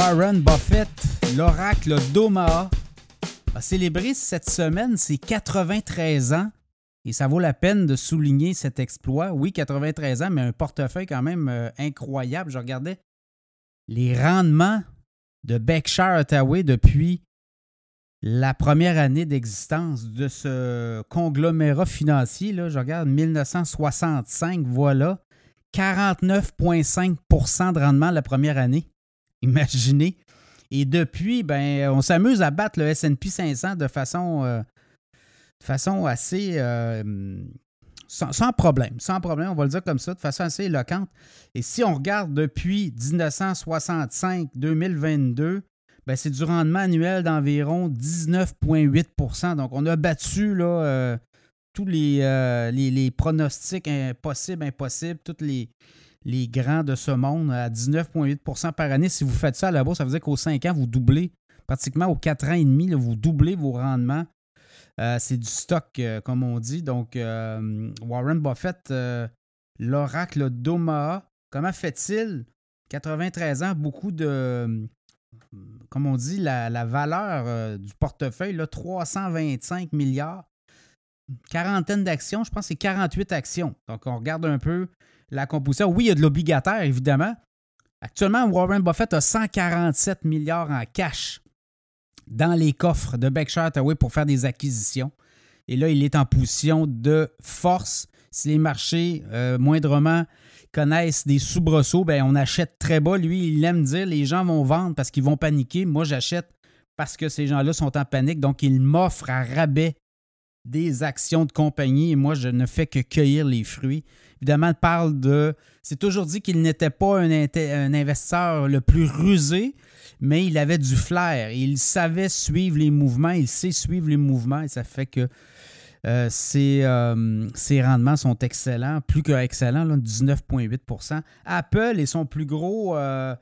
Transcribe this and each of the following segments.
Warren Buffett, l'oracle d'Omaha, a célébré cette semaine ses 93 ans. Et ça vaut la peine de souligner cet exploit. Oui, 93 ans, mais un portefeuille quand même incroyable. Je regardais les rendements de Berkshire Hathaway depuis la première année d'existence de ce conglomérat financier. Là, je regarde 1965, voilà, 49,5 % de rendement la première année. Imaginez. Et depuis, on s'amuse à battre le S&P 500 de façon assez... sans problème, on va le dire comme ça, de façon assez éloquente. Et si on regarde depuis 1965-2022, c'est du rendement annuel d'environ 19,8 %. Donc, on a battu là, tous les pronostics impossibles, tous les grands de ce monde à 19,8 % par année. Si vous faites ça à la bourse, ça veut dire qu'aux 5 ans, vous doublez, pratiquement aux 4 ans et demi, là, vous doublez vos rendements. C'est du stock, comme on dit. Donc, Warren Buffett, l'oracle d'Omaha, comment fait-il? 93 ans, beaucoup de, comme on dit, la valeur du portefeuille, là, 325 milliards, quarantaine d'actions, je pense que c'est 48 actions. Donc, on regarde un peu la composition. Oui, il y a de l'obligataire, évidemment. Actuellement, Warren Buffett a 147 milliards en cash dans les coffres de Berkshire Hathaway pour faire des acquisitions. Et là, il est en position de force. Si les marchés moindrement connaissent des soubresauts, on achète très bas. Lui, il aime dire les gens vont vendre parce qu'ils vont paniquer. Moi, j'achète parce que ces gens-là sont en panique. Donc, il m'offre à rabais des actions de compagnie et moi, je ne fais que cueillir les fruits. Évidemment, il parle de... C'est toujours dit qu'il n'était pas un investisseur le plus rusé, mais il avait du flair. Il savait suivre les mouvements, il sait suivre les mouvements et ça fait que ses rendements sont excellents, plus qu'excellents, 19,8 %. Apple est son plus gros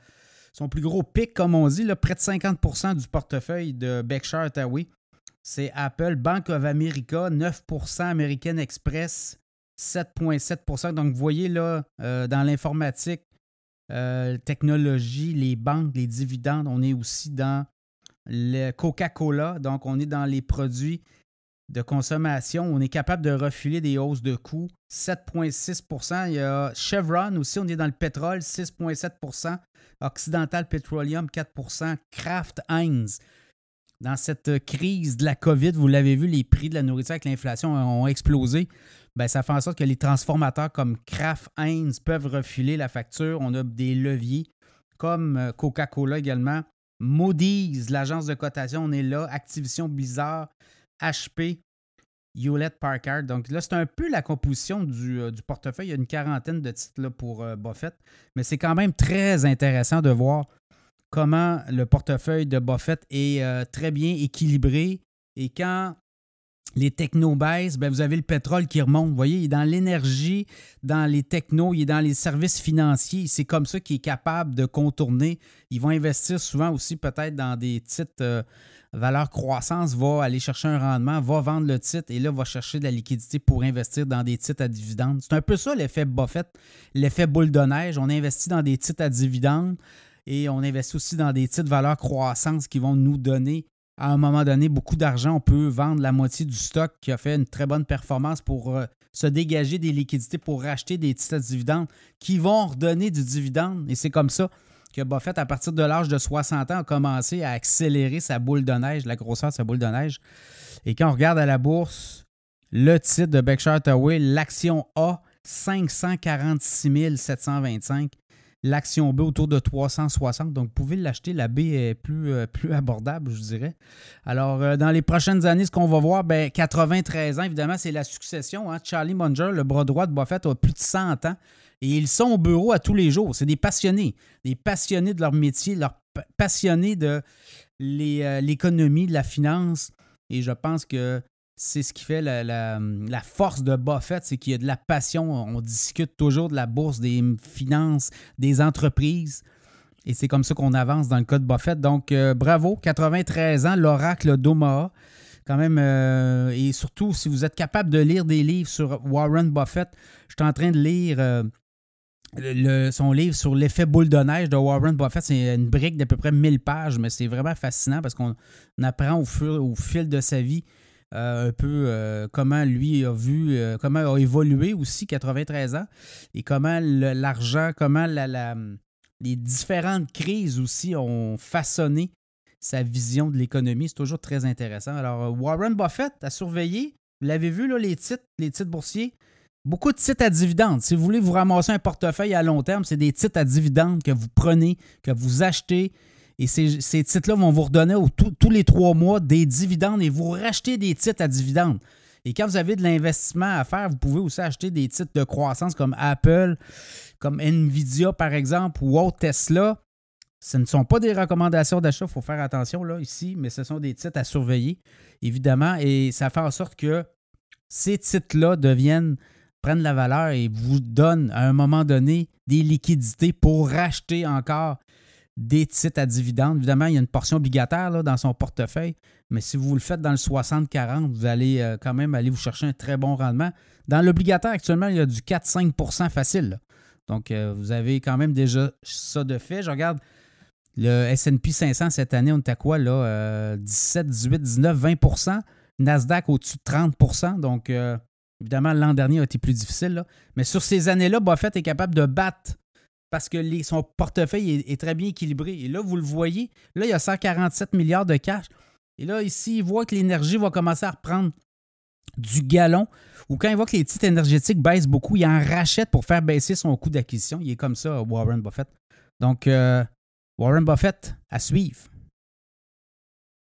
pic, comme on dit, là, près de 50 % du portefeuille de Berkshire Hathaway. C'est Apple, Bank of America, 9 % American Express, 7,7 %. Donc, vous voyez là, dans l'informatique, technologie, les banques, les dividendes, on est aussi dans le Coca-Cola. Donc, on est dans les produits de consommation. On est capable de refiler des hausses de coûts, 7,6 %. Il y a Chevron aussi, on est dans le pétrole, 6,7 %. Occidental Petroleum, 4 %. Kraft Heinz. Dans cette crise de la COVID, vous l'avez vu, les prix de la nourriture avec l'inflation ont explosé. Ça fait en sorte que les transformateurs comme Kraft Heinz peuvent refiler la facture. On a des leviers comme Coca-Cola également. Moody's, l'agence de cotation, on est là. Activision Blizzard, HP, Hewlett Packard. Donc là, c'est un peu la composition du portefeuille. Il y a une quarantaine de titres là, pour Buffett. Mais c'est quand même très intéressant de voir comment le portefeuille de Buffett est très bien équilibré. Et quand les technos baissent, vous avez le pétrole qui remonte. Vous voyez, il est dans l'énergie, dans les technos, il est dans les services financiers. C'est comme ça qu'il est capable de contourner. Ils vont investir souvent aussi peut-être dans des titres valeur croissance, va aller chercher un rendement, va vendre le titre et là, va chercher de la liquidité pour investir dans des titres à dividendes. C'est un peu ça l'effet Buffett, l'effet boule de neige. On investit dans des titres à dividendes. Et on investit aussi dans des titres valeur croissance qui vont nous donner, à un moment donné, beaucoup d'argent. On peut vendre la moitié du stock qui a fait une très bonne performance pour se dégager des liquidités pour racheter des titres à dividendes qui vont redonner du dividende. Et c'est comme ça que Buffett, à partir de l'âge de 60 ans, a commencé à accélérer sa boule de neige, la grosseur de sa boule de neige. Et quand on regarde à la bourse, le titre de Berkshire Hathaway, l'action A, 546 725. L'action B autour de 360. Donc, vous pouvez l'acheter. La B est plus abordable, je dirais. Alors, dans les prochaines années, ce qu'on va voir, 93 ans, évidemment, c'est la succession. Charlie Munger, le bras droit de Buffett, a plus de 100 ans. Et ils sont au bureau à tous les jours. C'est des passionnés de leur métier, passionnés de l'économie, de la finance. Et je pense que c'est ce qui fait la force de Buffett, c'est qu'il y a de la passion. On discute toujours de la bourse, des finances, des entreprises. Et c'est comme ça qu'on avance dans le cas de Buffett. Donc, bravo, 93 ans, l'oracle d'Omaha. Quand même, et surtout, si vous êtes capable de lire des livres sur Warren Buffett, je suis en train de lire son livre sur l'effet boule de neige de Warren Buffett, c'est une brique d'à peu près 1000 pages, mais c'est vraiment fascinant parce qu'on apprend au fil de sa vie un peu comment lui a vu, comment a évolué aussi, 93 ans, et comment l'argent, comment les différentes crises aussi ont façonné sa vision de l'économie. C'est toujours très intéressant. Alors, Warren Buffett à surveiller. Vous l'avez vu, là, les titres boursiers. Beaucoup de titres à dividendes. Si vous voulez vous ramasser un portefeuille à long terme, c'est des titres à dividendes que vous prenez, que vous achetez. Et ces titres-là vont vous redonner tous les 3 mois des dividendes et vous rachetez des titres à dividendes. Et quand vous avez de l'investissement à faire, vous pouvez aussi acheter des titres de croissance comme Apple, comme Nvidia par exemple, ou autre Tesla. Ce ne sont pas des recommandations d'achat, il faut faire attention là, ici, mais ce sont des titres à surveiller, évidemment. Et ça fait en sorte que ces titres-là prennent la valeur et vous donnent à un moment donné des liquidités pour racheter encore des titres à dividendes. Évidemment, il y a une portion obligataire là, dans son portefeuille, mais si vous le faites dans le 60-40, vous allez quand même aller vous chercher un très bon rendement. Dans l'obligataire, actuellement, il y a du 4-5% facile. Là. Donc, vous avez quand même déjà ça de fait. Je regarde le S&P 500 cette année, on est à quoi là? 17, 18, 19, 20%. Nasdaq au-dessus de 30%. Donc, évidemment, l'an dernier a été plus difficile. Là. Mais sur ces années-là, Buffett est capable de battre parce que son portefeuille est très bien équilibré. Et là, vous le voyez, là, il y a 147 milliards de cash. Et là, ici, il voit que l'énergie va commencer à reprendre du galon. Ou quand il voit que les titres énergétiques baissent beaucoup, il en rachète pour faire baisser son coût d'acquisition. Il est comme ça, Warren Buffett. Donc, Warren Buffett, à suivre.